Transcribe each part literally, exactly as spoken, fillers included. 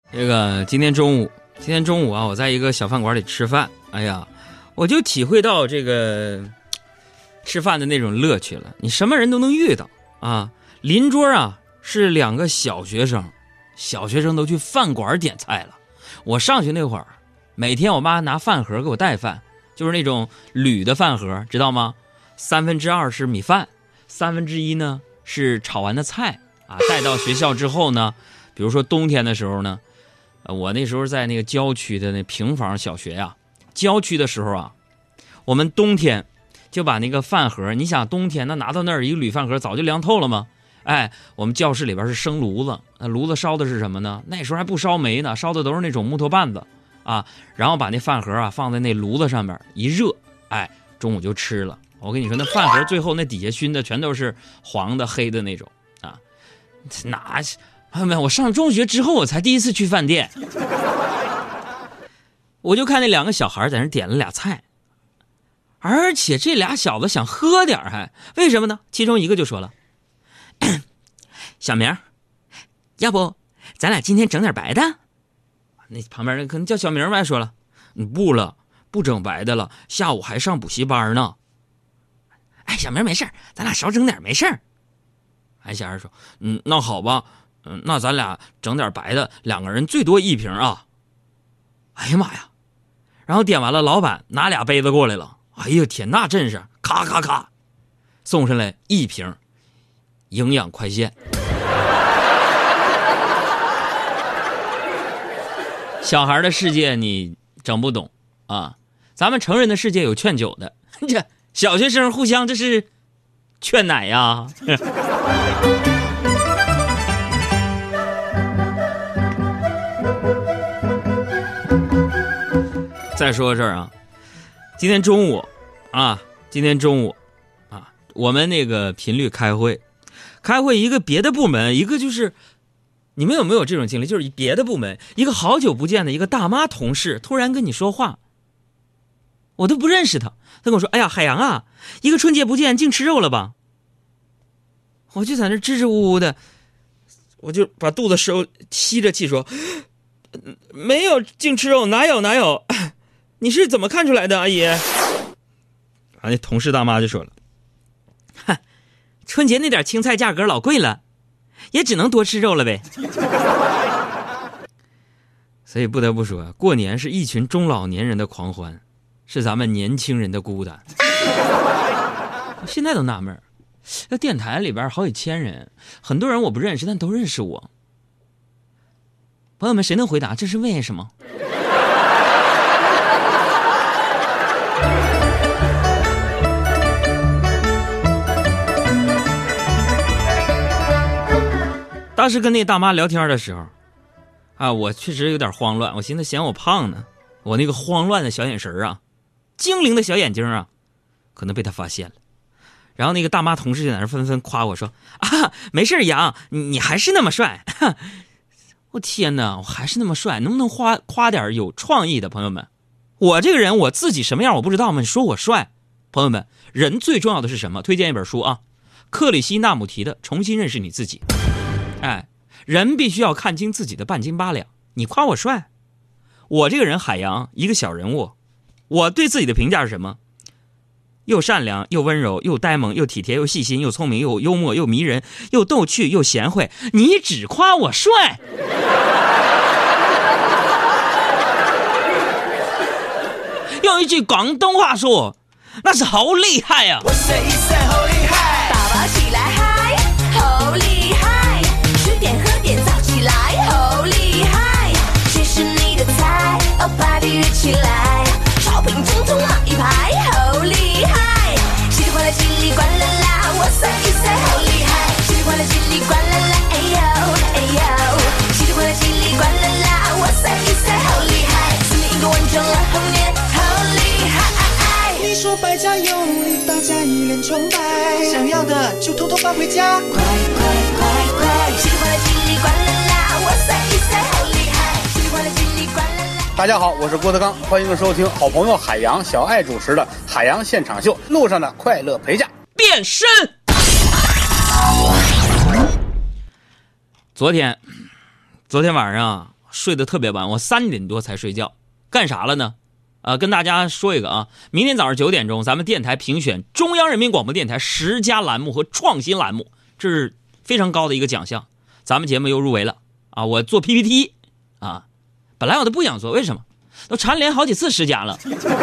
这个今天中午，今天中午啊，我在一个小饭馆里吃饭，哎呀，我就体会到这个吃饭的那种乐趣了。你什么人都能遇到啊。邻桌啊是两个小学生，小学生都去饭馆点菜了。我上学那会儿，每天我妈拿饭盒给我带饭，就是那种铝的饭盒，知道吗？三分之二是米饭，三分之一呢是炒完的菜啊。带到学校之后呢，比如说冬天的时候呢。我那时候在那个郊区的那平房小学呀、啊，郊区的时候啊，我们冬天就把那个饭盒，你想冬天那拿到那儿一个铝饭盒早就凉透了吗？哎，我们教室里边是生炉子，那炉子烧的是什么呢？那时候还不烧煤呢，烧的都是那种木头棒子啊，然后把那饭盒啊放在那炉子上面一热，哎，中午就吃了。我跟你说，那饭盒最后那底下熏的全都是黄的黑的那种啊，哪？朋友们，我上中学之后我才第一次去饭店，我就看那两个小孩在那点了俩菜，而且这俩小子想喝点还为什么呢？其中一个就说了：“小明，要不咱俩今天整点白的？”那旁边人可能叫小明吧，说了：“不了，不整白的了，下午还上补习班呢。”哎，小明没事，咱俩少整点没事。哎，小孩说：“嗯，那好吧。”嗯，那咱俩整点白的，两个人最多一瓶啊。哎呀妈呀！然后点完了，老板拿俩杯子过来了。哎呀天，那真是咔咔咔，送上来一瓶营养快线。小孩的世界你整不懂啊，咱们成人的世界有劝酒的，这小学生互相这是劝奶呀。再说这儿啊，今天中午啊，今天中午啊，我们那个频率开会，开会一个别的部门，一个就是你们有没有这种经历？就是别的部门一个好久不见的一个大妈同事突然跟你说话，我都不认识他，他跟我说：“哎呀，海洋啊，一个春节不见，净吃肉了吧？”我就在那支支吾吾的，我就把肚子收，吸着气说：“没有净吃肉，哪有哪有。”你是怎么看出来的，阿姨？啊，那同事大妈就说了：“哈，春节那点青菜价格老贵了，也只能多吃肉了呗。”所以不得不说，过年是一群中老年人的狂欢，是咱们年轻人的孤单。现在都纳闷，那电台里边好几千人，很多人我不认识，但都认识我。朋友们，谁能回答这是为什么？当时跟那大妈聊天的时候啊，我确实有点慌乱，我寻思嫌我胖呢，我那个慌乱的小眼神啊，精灵的小眼睛啊，可能被他发现了。然后那个大妈同事就在那纷纷夸我说：“啊，没事杨，你你还是那么帅。”我天哪，我还是那么帅，能不能夸夸点有创意的？朋友们，我这个人我自己什么样我不知道吗？你说我帅？朋友们，人最重要的是什么？推荐一本书啊，克里希纳姆提的《重新认识你自己》。哎，人必须要看清自己的半斤八两。你夸我帅，我这个人海洋，一个小人物，我对自己的评价是什么？又善良又温柔又呆萌又体贴又细心又聪明又幽默又迷人又逗趣又贤惠。你只夸我帅，用一句广东话说，那是好厉害呀、啊！我说一声好厉害，宝宝起来嗨，好厉害，吃点喝点造起来，好厉害，谁是你的菜？哦 ，party 热起来，超品统统买一排，好厉害，稀里哗啦叽里呱啦啦，我说一声好厉害，稀里哗啦叽里呱啦啦，哎呦哎呦，稀里哗啦叽里呱啦啦，我说一声好厉害，是你一个完整了猴年，好厉害。你说百家有理，大家一脸崇拜，想要的就偷偷搬回家，快快快快，稀里哗啦叽里呱啦啦，我说一声好厉害，稀里哗啦叽里呱啦啦。 大家好，我是郭德纲，欢迎收听好朋友海洋小爱主持的海洋现场秀，路上的快乐陪嫁。 变身。昨天，昨天晚上啊， 睡得特别晚，我三点多才睡觉，干啥了呢？呃，跟大家说一个啊，明天早上九点钟，咱们电台评选中央人民广播电台十佳栏目和创新栏目，这是非常高的一个奖项。咱们节目又入围了啊！我做 P P T 啊，本来我都不想做，为什么？都蝉联好几次十佳了。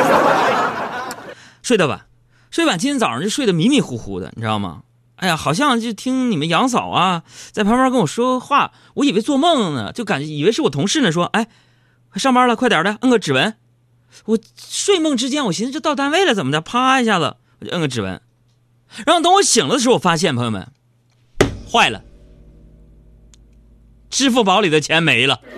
睡得晚，睡晚，今天早上就睡得迷迷糊糊的，你知道吗？哎呀，好像就听你们杨嫂啊在旁边跟我说话，我以为做梦呢，就感觉以为是我同事呢，说，哎，上班了，快点的，摁个指纹。我睡梦之间，我寻思就到单位了，怎么的？啪一下子，我就摁个指纹。然后等我醒了的时候，我发现朋友们，坏了，支付宝里的钱没了。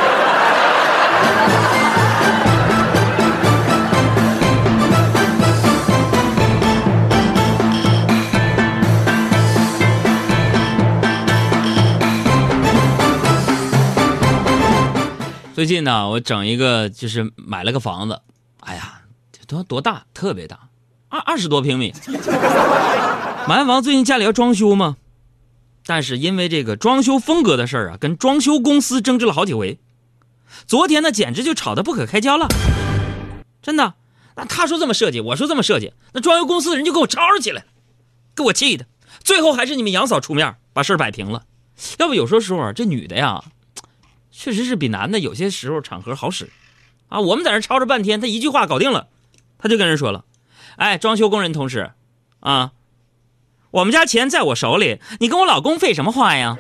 最近呢，我整一个就是买了个房子，哎呀，多多大，特别大，二二十多平米。买完房最近家里要装修嘛，但是因为这个装修风格的事儿啊，跟装修公司争执了好几回。昨天呢，简直就吵得不可开交了，真的。那他说这么设计，我说这么设计，那装修公司的人就给我吵吵起来，给我气的。最后还是你们杨嫂出面把事儿摆平了。要不有时候啊，这女的呀，确实是比男的有些时候场合好使啊！我们在这吵吵半天，他一句话搞定了，他就跟人说了：“哎，装修工人同事啊，我们家钱在我手里，你跟我老公废什么话呀？”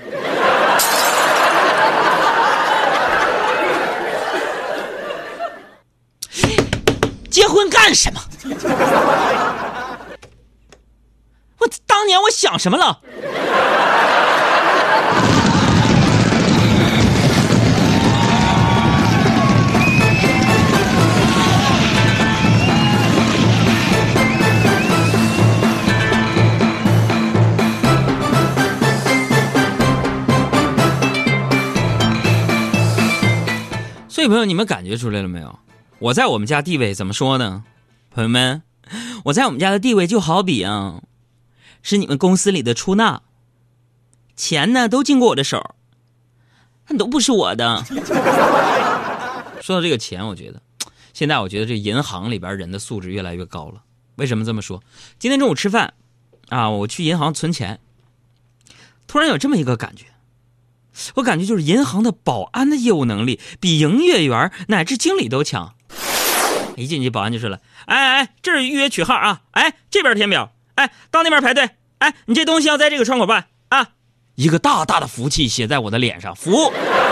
结婚干什么？我当年我想什么了？所以朋友，你们感觉出来了没有？我在我们家地位怎么说呢？朋友们，我在我们家的地位就好比啊，是你们公司里的出纳，钱呢都经过我的手，但都不是我的。说到这个钱，我觉得现在我觉得这银行里边人的素质越来越高了。为什么这么说？今天中午吃饭啊，我去银行存钱，突然有这么一个感觉，我感觉就是银行的保安的业务能力比营业员乃至经理都强。一进去保安就说了：“哎哎，这是预约取号啊！哎，这边填表，哎，到那边排队，哎，你这东西要在这个窗口办啊！”一个大大的福气写在我的脸上，服。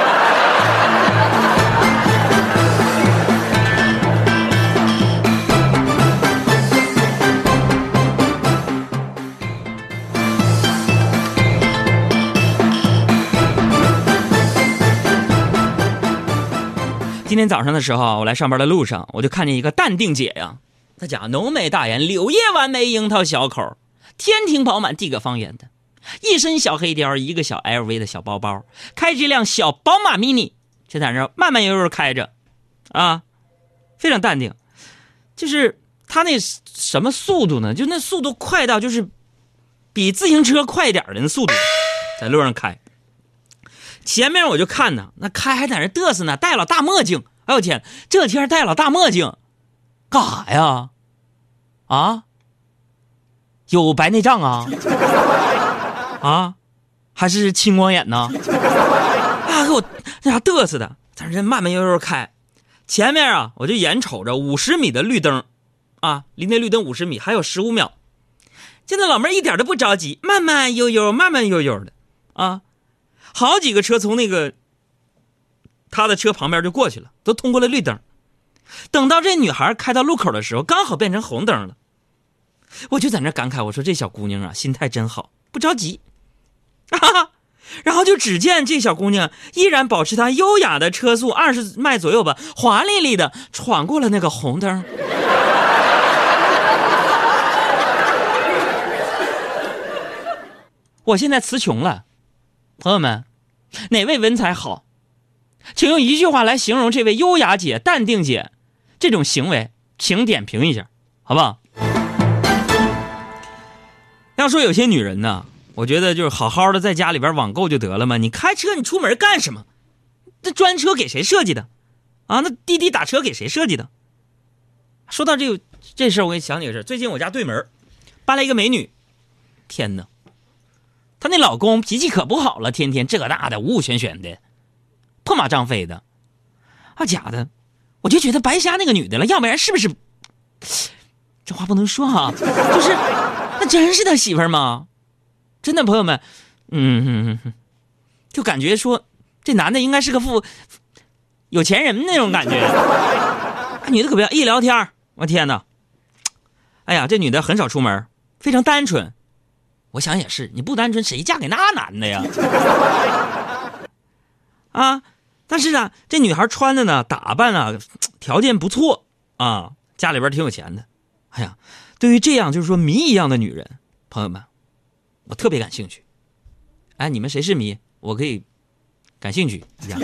今天早上的时候，我来上班的路上，我就看见一个淡定姐呀，她讲浓眉大眼，柳叶弯眉，樱桃小口，天庭饱满，地阁方圆的，一身小黑貂，一个小 L V 的小包包，开着一辆小宝马 mini， 就在那慢慢悠悠开着，啊，非常淡定。就是他那什么速度呢？就那速度快到就是比自行车快一点的那速度，在路上开。前面我就看呢，那开还在那嘚瑟呢，戴老大墨镜。哎呦天，这天戴老大墨镜，干啥呀？啊？有白内障啊？啊？还是青光眼呢？啊，给我那啥嘚瑟的，在这慢慢悠悠开。前面啊，我就眼瞅着五十米的绿灯，啊，离那绿灯五十米还有十五秒。现在老妹儿一点都不着急，慢慢悠悠，慢慢悠悠的，啊。好几个车从那个他的车旁边就过去了，都通过了绿灯。等到这女孩开到路口的时候，刚好变成红灯了。我就在那感慨，我说这小姑娘啊，心态真好，不着急啊。然后就只见这小姑娘依然保持她优雅的车速二十迈左右吧，华丽丽的闯过了那个红灯。我现在词穷了。朋友们，哪位文采好，请用一句话来形容这位优雅姐、淡定姐这种行为，请点评一下，好不好？要说有些女人呢，我觉得就是好好的在家里边网购就得了嘛，你开车你出门干什么？ 这专车给谁设计的啊？那滴滴打车给谁设计的？说到这个这事儿，我给你想起个事儿。最近我家对门搬来一个美女，天哪，她那老公脾气可不好了，天天这个那的，五五旋旋的，破马张飞的，啊假的，我就觉得白瞎那个女的了，要不然是不是？这话不能说啊，就是那真是他媳妇儿吗？真的，朋友们，嗯嗯嗯，就感觉说这男的应该是个富有钱人那种感觉。女的可不要一聊天，我天哪！哎呀，这女的很少出门，非常单纯。我想也是，你不单纯谁嫁给那男的呀？啊，但是呢，这女孩穿的呢，打扮啊，条件不错啊，家里边挺有钱的。哎呀，对于这样就是说谜一样的女人，朋友们，我特别感兴趣。哎，你们谁是谜？我可以感兴趣一下。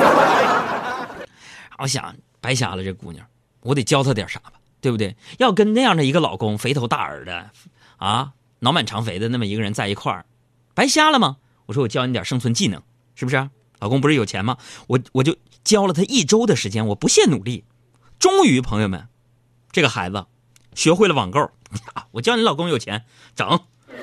我想白瞎了这姑娘，我得教她点啥吧，对不对？要跟那样的一个老公肥头大耳的啊，脑满肠肥的那么一个人在一块儿，白瞎了吗？我说我教你点生存技能，是不是？老公不是有钱吗？我我就教了他一周的时间，我不懈努力，终于朋友们，这个孩子学会了网购。我教你老公有钱，整。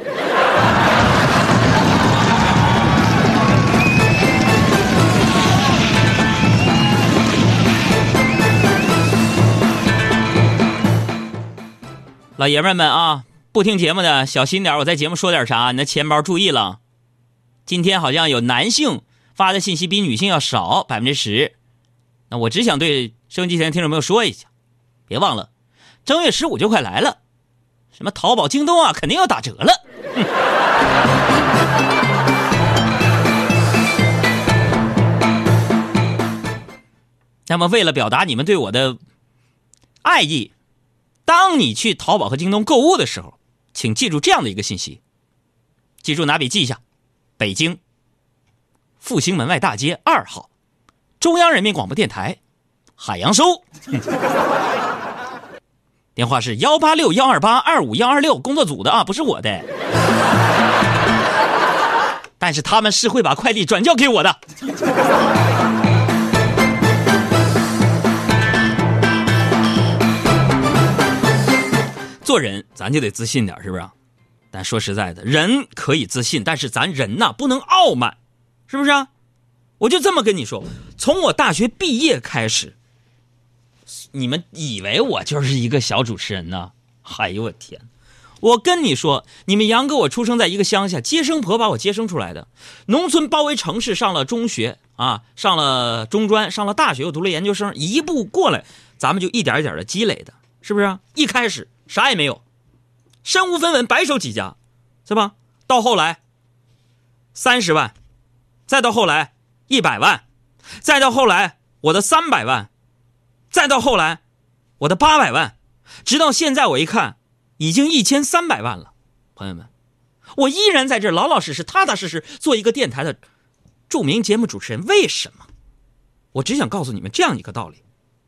老爷们们啊，不听节目的小心点，我在节目说点啥，你的钱包注意了。今天好像有男性发的信息比女性要少百分之十，那我只想对收音机前的听众朋友说一下，别忘了正月十五就快来了，什么淘宝、京东啊，肯定要打折了。那么为了表达你们对我的爱意，当你去淘宝和京东购物的时候，请记住这样的一个信息，记住拿笔记一下，北京复兴门外大街二号，中央人民广播电台海洋收。电话是幺八六幺二八二五幺二六，工作组的啊，不是我的，但是他们是会把快递转交给我的。做人咱就得自信点，是不是？但说实在的，人可以自信，但是咱人呐不能傲慢，是不是啊？我就这么跟你说，从我大学毕业开始，你们以为我就是一个小主持人呢？哎呦我天！我跟你说，你们杨哥我出生在一个乡下，接生婆把我接生出来的，农村包围城市，上了中学啊，上了中专，上了大学，又读了研究生，一步过来，咱们就一点一点的积累的，是不是啊？一开始啥也没有，身无分文，白手起家，是吧？到后来三十万，再到后来一百万，再到后来我的三百万，再到后来我的八百万，直到现在我一看已经一千三百万了。朋友们，我依然在这老老实实踏踏实实做一个电台的著名节目主持人。为什么？我只想告诉你们这样一个道理，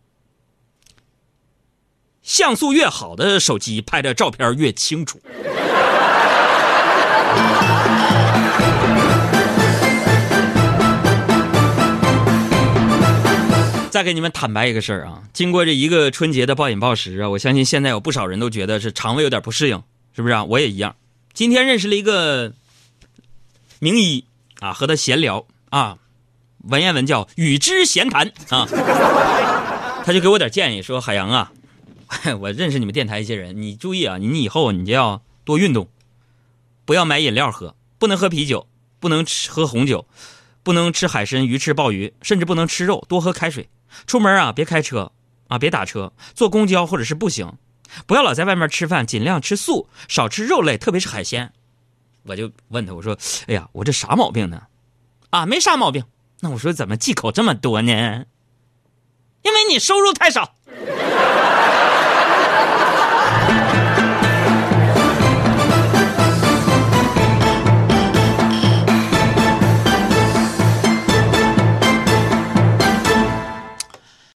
像素越好的手机拍的照片越清楚。再给你们坦白一个事儿啊，经过这一个春节的暴饮暴食啊，我相信现在有不少人都觉得是肠胃有点不适应，是不是啊？我也一样。今天认识了一个名医啊，和他闲聊啊，文言文叫与之闲谈啊，他就给我点建议，说海洋啊，我认识你们电台一些人，你注意啊，你以后你就要多运动，不要买饮料喝，不能喝啤酒，不能吃喝红酒，不能吃海参、鱼翅、鲍鱼，甚至不能吃肉，多喝开水。出门啊，别开车啊，别打车，坐公交或者是步行，不要老在外面吃饭，尽量吃素，少吃肉类，特别是海鲜。我就问他，我说，哎呀，我这啥毛病呢？啊，没啥毛病。那我说怎么忌口这么多呢？因为你收入太少。